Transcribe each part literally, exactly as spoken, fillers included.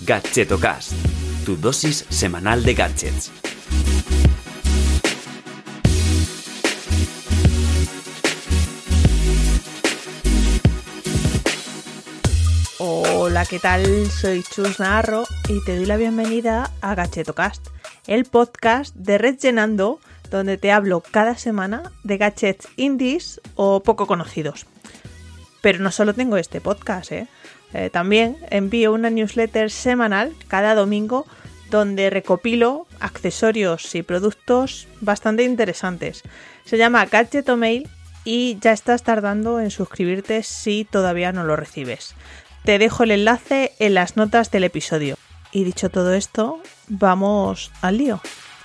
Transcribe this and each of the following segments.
Gadgetocast, tu dosis semanal de gadgets. Hola, ¿qué tal? Soy Chus Navarro y te doy la bienvenida a Gadgetocast, el podcast de Red Llenando, donde te hablo cada semana de gadgets indies o poco conocidos. Pero no solo tengo este podcast, ¿eh? Eh, también envío una newsletter semanal cada domingo donde recopilo accesorios y productos bastante interesantes. Se llama Gadgetomail y ya estás tardando en suscribirte si todavía no lo recibes. Te dejo el enlace en las notas del episodio. Y dicho todo esto, vamos al lío.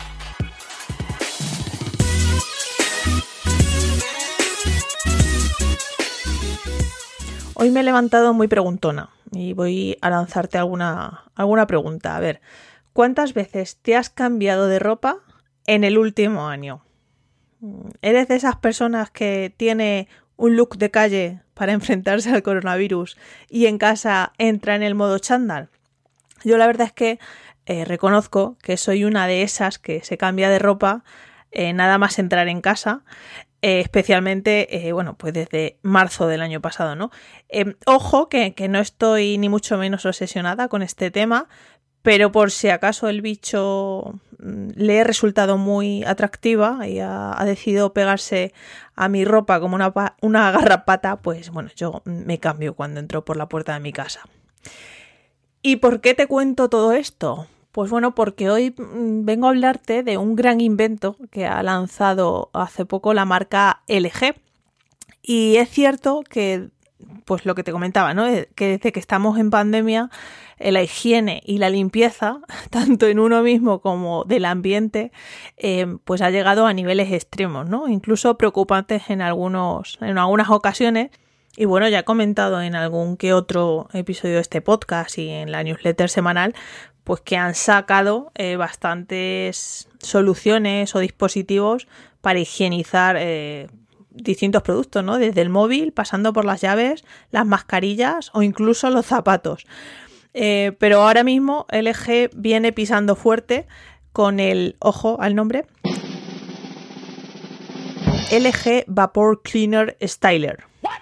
Hoy me he levantado muy preguntona y voy a lanzarte alguna, alguna pregunta. A ver, ¿cuántas veces te has cambiado de ropa en el último año? ¿Eres de esas personas que tiene un look de calle para enfrentarse al coronavirus y en casa entra en el modo chándal? Yo la verdad es que eh, reconozco que soy una de esas que se cambia de ropa eh, nada más entrar en casa. Eh, especialmente, eh, bueno, pues desde marzo del año pasado, ¿no? Eh, ojo, que, que no estoy ni mucho menos obsesionada con este tema, pero por si acaso el bicho le he resultado muy atractiva y ha, ha decidido pegarse a mi ropa como una, una garrapata, pues bueno, yo me cambio cuando entro por la puerta de mi casa. ¿Y por qué te cuento todo esto? Pues bueno, porque hoy vengo a hablarte de un gran invento que ha lanzado hace poco la marca L G. Y es cierto que, pues lo que te comentaba, ¿no? Que desde que estamos en pandemia, la higiene y la limpieza, tanto en uno mismo como del ambiente, eh, pues ha llegado a niveles extremos, ¿no? Incluso preocupantes en algunos, en algunas ocasiones. Y bueno, ya he comentado en algún que otro episodio de este podcast y en la newsletter semanal, pues que han sacado eh, bastantes soluciones o dispositivos para higienizar eh, distintos productos, ¿no? Desde el móvil, pasando por las llaves, las mascarillas o incluso los zapatos. Eh, pero ahora mismo L G viene pisando fuerte con el, ojo al nombre, L G Vapor Cleaner Styler.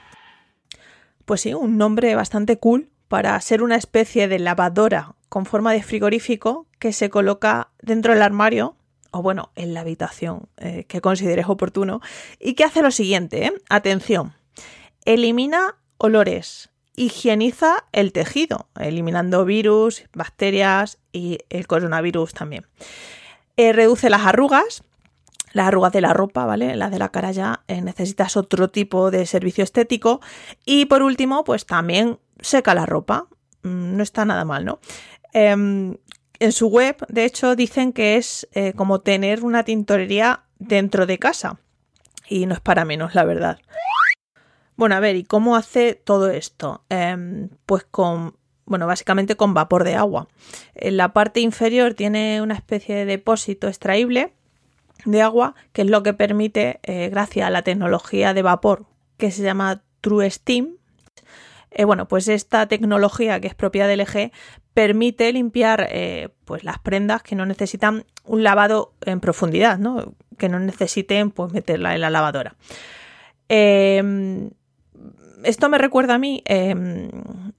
Pues sí, un nombre bastante cool para ser una especie de lavadora con forma de frigorífico que se coloca dentro del armario o bueno, en la habitación eh, que consideres oportuno y que hace lo siguiente, ¿eh? Atención, elimina olores, higieniza el tejido, eliminando virus, bacterias y el coronavirus también. Eh, reduce las arrugas, las arrugas de la ropa, ¿vale? Las de la cara ya eh, necesitas otro tipo de servicio estético. Y por último, pues también seca la ropa. Mm, no está nada mal, ¿no? Eh, en su web, de hecho, dicen que es eh, como tener una tintorería dentro de casa. Y no es para menos, la verdad. Bueno, a ver, ¿y cómo hace todo esto? Eh, pues con... Bueno, básicamente con vapor de agua. En la parte inferior tiene una especie de depósito extraíble de agua, que es lo que permite, eh, gracias a la tecnología de vapor que se llama TrueSteam, eh, bueno, pues esta tecnología que es propia de L G permite limpiar eh, pues las prendas que no necesitan un lavado en profundidad, ¿no? Que no necesiten pues meterla en la lavadora. Eh, esto me recuerda a mí eh,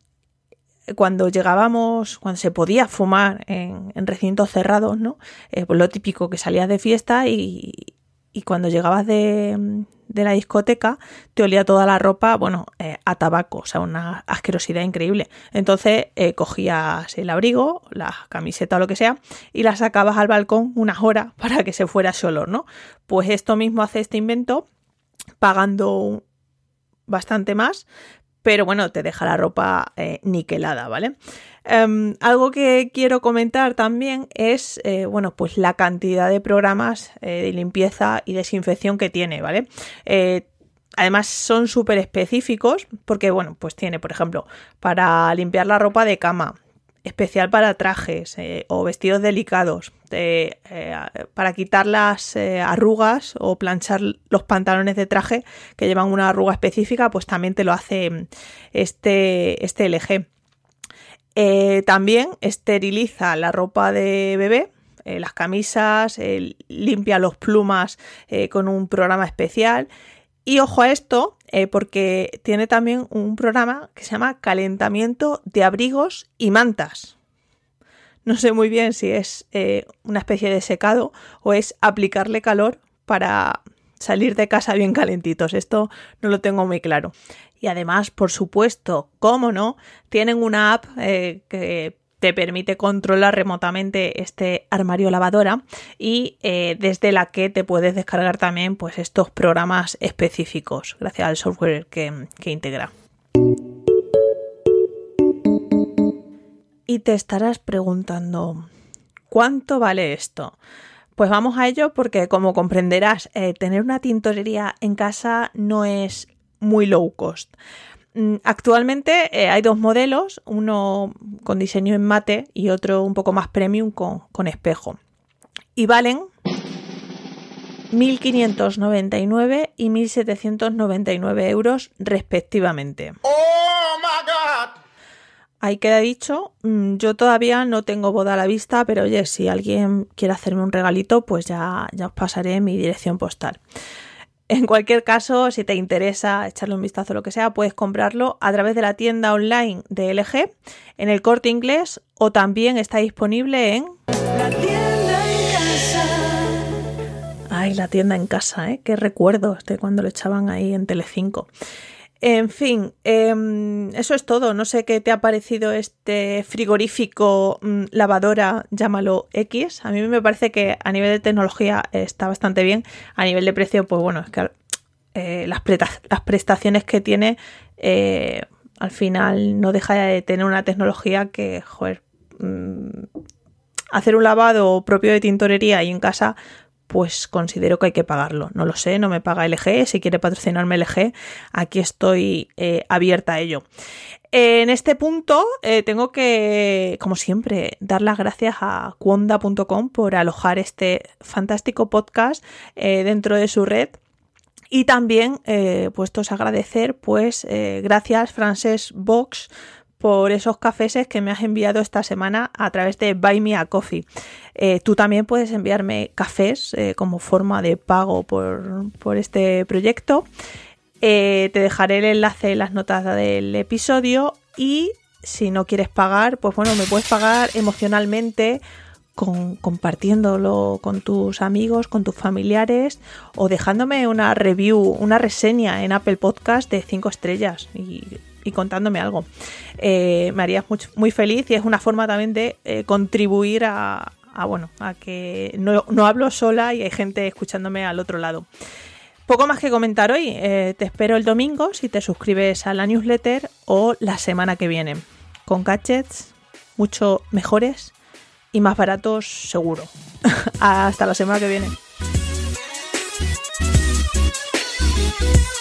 cuando llegábamos, cuando se podía fumar en, en recintos cerrados, ¿no? Eh, pues lo típico, que salías de fiesta y, y cuando llegabas de, de la discoteca te olía toda la ropa, bueno, eh, a tabaco, o sea, una asquerosidad increíble. Entonces eh, cogías el abrigo, la camiseta o lo que sea y la sacabas al balcón unas horas para que se fuera ese olor, ¿no? Pues esto mismo hace este invento, pagando bastante más, pero bueno, te deja la ropa eh, niquelada, ¿vale? Um, algo que quiero comentar también es, eh, bueno, pues la cantidad de programas eh, de limpieza y desinfección que tiene, ¿vale? Eh, además son súper específicos porque, bueno, pues tiene, por ejemplo, para limpiar la ropa de cama, especial para trajes eh, o vestidos delicados, de, eh, para quitar las eh, arrugas o planchar los pantalones de traje que llevan una arruga específica, pues también te lo hace este, este L G. Eh, también esteriliza la ropa de bebé, eh, las camisas, eh, limpia los plumas eh, con un programa especial. Y ojo a esto, eh, porque tiene también un programa que se llama calentamiento de abrigos y mantas. No sé muy bien si es eh, una especie de secado o es aplicarle calor para salir de casa bien calentitos. Esto no lo tengo muy claro. Y además, por supuesto, cómo no, tienen una app eh, que te permite controlar remotamente este armario lavadora y eh, desde la que te puedes descargar también pues, estos programas específicos gracias al software que, que integra. Y te estarás preguntando, ¿cuánto vale esto? Pues vamos a ello porque, como comprenderás, eh, tener una tintorería en casa no es muy low cost. Actualmente eh, hay dos modelos, uno con diseño en mate y otro un poco más premium con, con espejo. Y valen mil quinientos noventa y nueve y mil setecientos noventa y nueve euros respectivamente. ¡Oh, my God! Ahí queda dicho, yo todavía no tengo boda a la vista, pero oye, si alguien quiere hacerme un regalito, pues ya, ya os pasaré mi dirección postal. En cualquier caso, si te interesa echarle un vistazo o lo que sea, puedes comprarlo a través de la tienda online de L G, en el Corte Inglés, o también está disponible en... La tienda en casa. Ay, la tienda en casa, ¿eh? Qué recuerdos de cuando lo echaban ahí en Telecinco. En fin, eh, eso es todo. No sé qué te ha parecido este frigorífico, mmm, lavadora, llámalo X. A mí me parece que a nivel de tecnología está bastante bien. A nivel de precio, pues bueno, es que eh, las, preta- las prestaciones que tiene eh, al final no deja de tener una tecnología que, joder, mmm, hacer un lavado propio de tintorería y en casa, pues considero que hay que pagarlo. No lo sé, no me paga L G. Si quiere patrocinarme L G, aquí estoy eh, abierta a ello. Eh, en este punto eh, tengo que, como siempre, dar las gracias a Cuonda punto com por alojar este fantástico podcast eh, dentro de su red. Y también, eh, puestos a agradecer, pues, eh, gracias Frances Box por esos cafés que me has enviado esta semana a través de Buy Me a Coffee. Eh, tú también puedes enviarme cafés eh, como forma de pago por, por este proyecto. Eh, te dejaré el enlace en las notas del episodio y si no quieres pagar, pues bueno, me puedes pagar emocionalmente con, compartiéndolo con tus amigos, con tus familiares o dejándome una review, una reseña en Apple Podcast de cinco estrellas y y contándome algo. Eh, me harías muy, muy feliz y es una forma también de eh, contribuir a, a, bueno, a que no, no hablo sola y hay gente escuchándome al otro lado. Poco más que comentar hoy. Eh, te espero el domingo si te suscribes a la newsletter o la semana que viene. Con gadgets mucho mejores y más baratos seguro. Hasta la semana que viene.